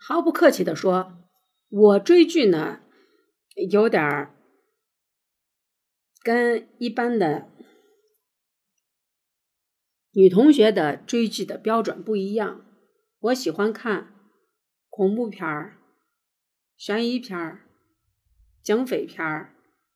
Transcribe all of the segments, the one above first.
毫不客气地说，我追剧呢，有点跟一般的女同学的追剧的标准不一样。我喜欢看恐怖片、悬疑片、警匪片、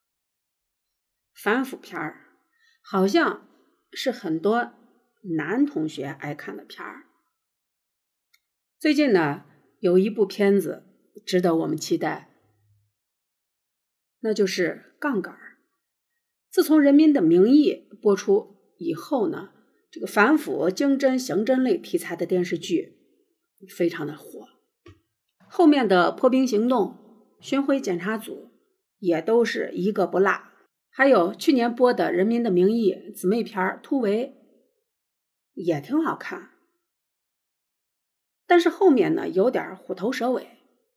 反腐片，好像是很多男同学爱看的片儿。最近呢，有一部片子值得我们期待，那就是《杠杆》。自从《人民的名义》播出以后呢，这个反腐、经侦、刑侦类题材的电视剧非常的火。后面的《破冰行动》、《巡回检查组》也都是一个不落。还有去年播的《人民的名义》姊妹片《突围》也挺好看。但是后面呢，有点虎头蛇尾，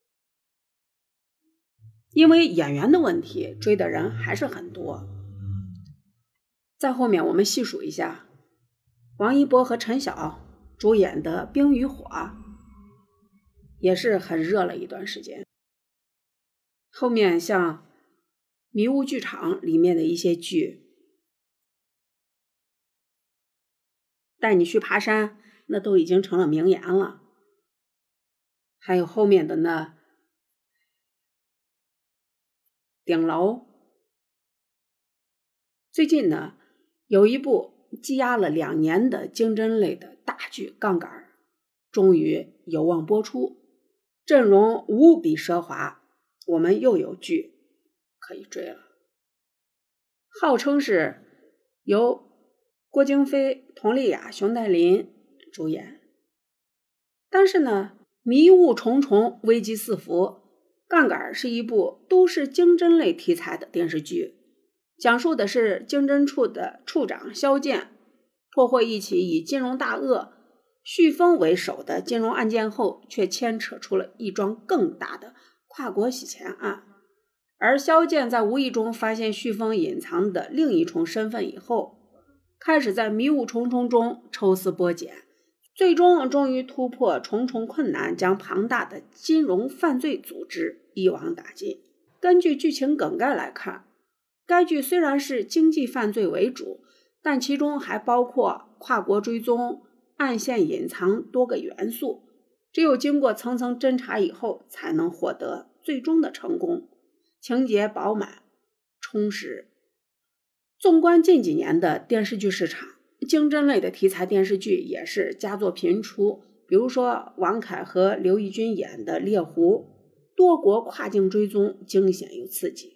因为演员的问题，追的人还是很多。在后面我们细数一下，王一博和陈晓主演的《冰与火》也是很热了一段时间。后面像迷雾剧场里面的一些剧，带你去爬山，那都已经成了名言了。还有后面的呢，顶楼。最近呢，有一部积压了2年的经侦类的大剧《杠杆》，终于有望播出，阵容无比奢华，我们又有剧可以追了。号称是由郭京飞、佟丽娅、熊黛林主演，但是呢，迷雾重重，危机四伏。杠杆是一部都市经侦类题材的电视剧，讲述的是经侦处的处长肖剑破获一起以金融大鳄旭峰为首的金融案件后，却牵扯出了一桩更大的跨国洗钱案。而肖剑在无意中发现旭峰隐藏的另一重身份以后，开始在迷雾重重中抽丝剥茧，最终于突破重重困难，将庞大的金融犯罪组织一网打尽。根据剧情梗概来看，该剧虽然是经济犯罪为主，但其中还包括跨国追踪、暗线隐藏多个元素，只有经过层层侦查以后，才能获得最终的成功，情节饱满充实。纵观近几年的电视剧市场，经侦类的题材电视剧也是佳作频出，比如说王凯和刘奕君演的《猎狐》，多国跨境追踪，惊险又刺激。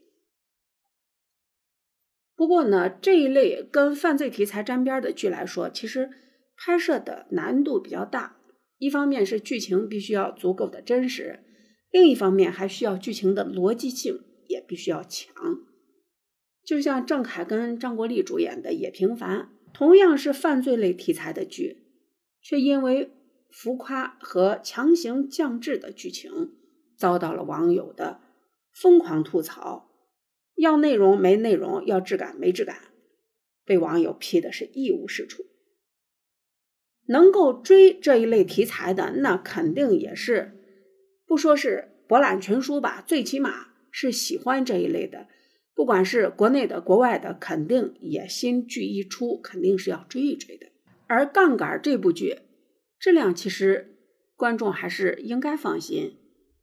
不过呢，这一类跟犯罪题材沾边的剧来说，其实拍摄的难度比较大。一方面是剧情必须要足够的真实，另一方面还需要剧情的逻辑性也必须要强。就像郑恺跟张国立主演的《也平凡》，同样是犯罪类题材的剧，却因为浮夸和强行降智的剧情，遭到了网友的疯狂吐槽，要内容没内容，要质感没质感，被网友批的是一无是处。能够追这一类题材的，那肯定也是不说是博览群书吧，最起码是喜欢这一类的，不管是国内的国外的，肯定也新剧一出肯定是要追一追的。而《杠杆》这部剧质量其实观众还是应该放心。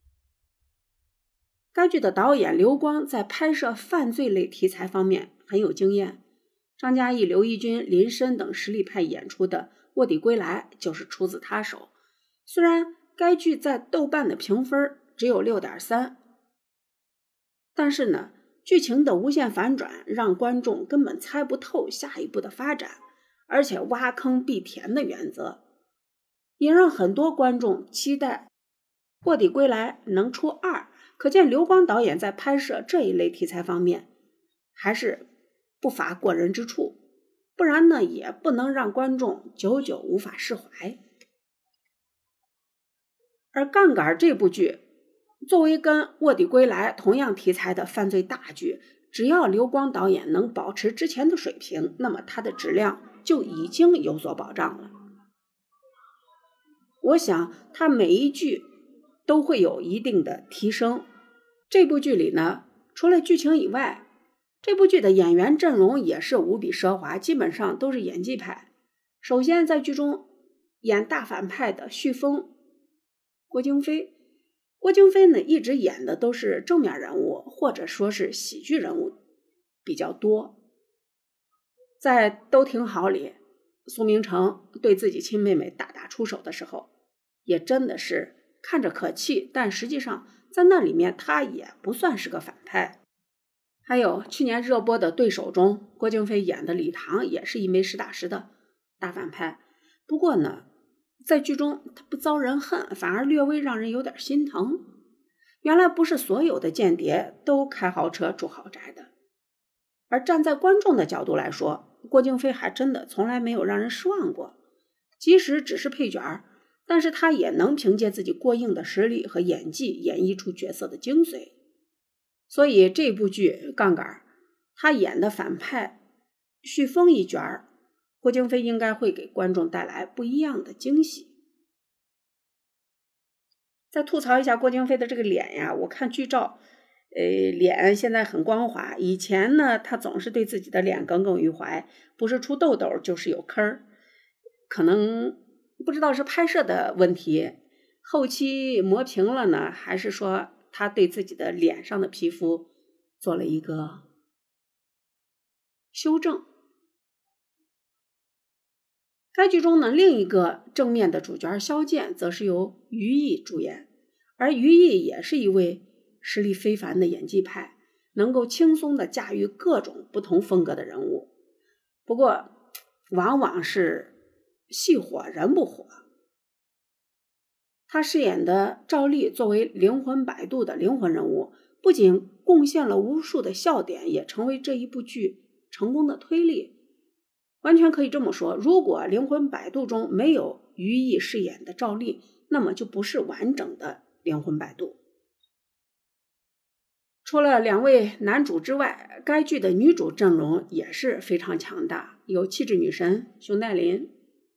该剧的导演刘光在拍摄犯罪类题材方面很有经验，张嘉译、刘奕君、林深等实力派演出的《卧底归来》就是出自他手。虽然该剧在豆瓣的评分只有 6.3， 但是呢，剧情的无限反转让观众根本猜不透下一步的发展，而且挖坑必填的原则，也让很多观众期待《卧底归来》能出2。可见刘光导演在拍摄这一类题材方面还是不乏过人之处，不然呢，也不能让观众久久无法释怀。而《杠杆》这部剧作为跟《卧底归来》同样题材的犯罪大剧，只要刘光导演能保持之前的水平，那么它的质量就已经有所保障了。我想他每一句都会有一定的提升。这部剧里呢，除了剧情以外，这部剧的演员阵容也是无比奢华，基本上都是演技派。首先在剧中演大反派的旭峰、郭京飞。郭京飞呢，一直演的都是正面人物，或者说是喜剧人物比较多。在都挺好里，苏明成对自己亲妹妹大打出手的时候，也真的是看着可气，但实际上在那里面他也不算是个反派。还有去年热播的对手中，郭京飞演的李唐也是一枚实打实的大反派。不过呢，在剧中他不遭人恨，反而略微让人有点心疼。原来不是所有的间谍都开豪车住豪宅的。而站在观众的角度来说，郭京飞还真的从来没有让人失望过。即使只是配角，但是他也能凭借自己过硬的实力和演技演绎出角色的精髓。所以这部剧杠杆，他演的反派旭峰一角，郭京飞应该会给观众带来不一样的惊喜。再吐槽一下郭京飞的这个脸呀，我看剧照脸现在很光滑，以前呢他总是对自己的脸耿耿于怀，不是出痘痘就是有坑，可能不知道是拍摄的问题，后期磨平了呢，还是说他对自己的脸上的皮肤做了一个修正。该剧中呢，另一个正面的主角萧剑则是由于毅主演，而于毅也是一位实力非凡的演技派，能够轻松地驾驭各种不同风格的人物。不过往往是戏火人不火。他饰演的赵丽作为灵魂摆渡的灵魂人物，不仅贡献了无数的笑点，也成为这一部剧成功的推力。完全可以这么说，如果灵魂摆渡中没有于毅饰演的赵丽，那么就不是完整的灵魂摆渡。除了两位男主之外，该剧的女主阵容也是非常强大，有气质女神熊黛林，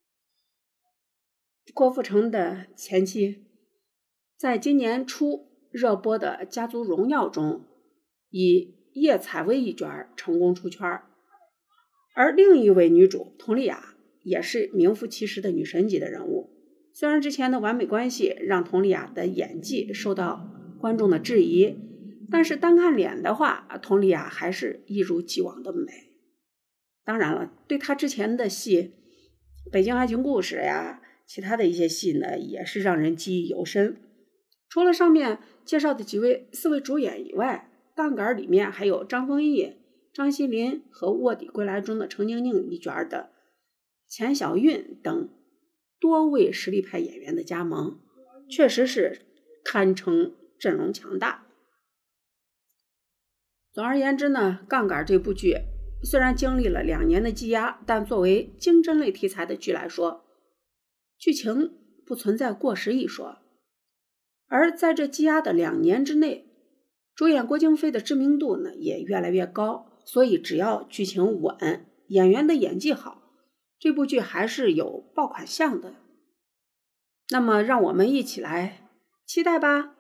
郭富城的前妻，在今年初热播的《家族荣耀》中，以叶采薇一角成功出圈。而另一位女主佟丽娅也是名副其实的女神级的人物。虽然之前的完美关系让佟丽娅的演技受到观众的质疑，但是单看脸的话，佟丽娅还是一如既往的美。当然了，对她之前的戏《北京爱情故事》呀，其他的一些戏呢，也是让人记忆犹深。除了上面介绍的4位主演以外，杠杆里面还有张丰毅、张锡林和《卧底归来》中的程宁宁一角的钱小韵等多位实力派演员的加盟，确实是堪称阵容强大。总而言之呢，杠杆这部剧虽然经历了2年的积压，但作为经侦类题材的剧来说，剧情不存在过时一说。而在这积压的2年之内，主演郭京飞的知名度呢也越来越高，所以只要剧情稳，演员的演技好，这部剧还是有爆款项的。那么让我们一起来期待吧。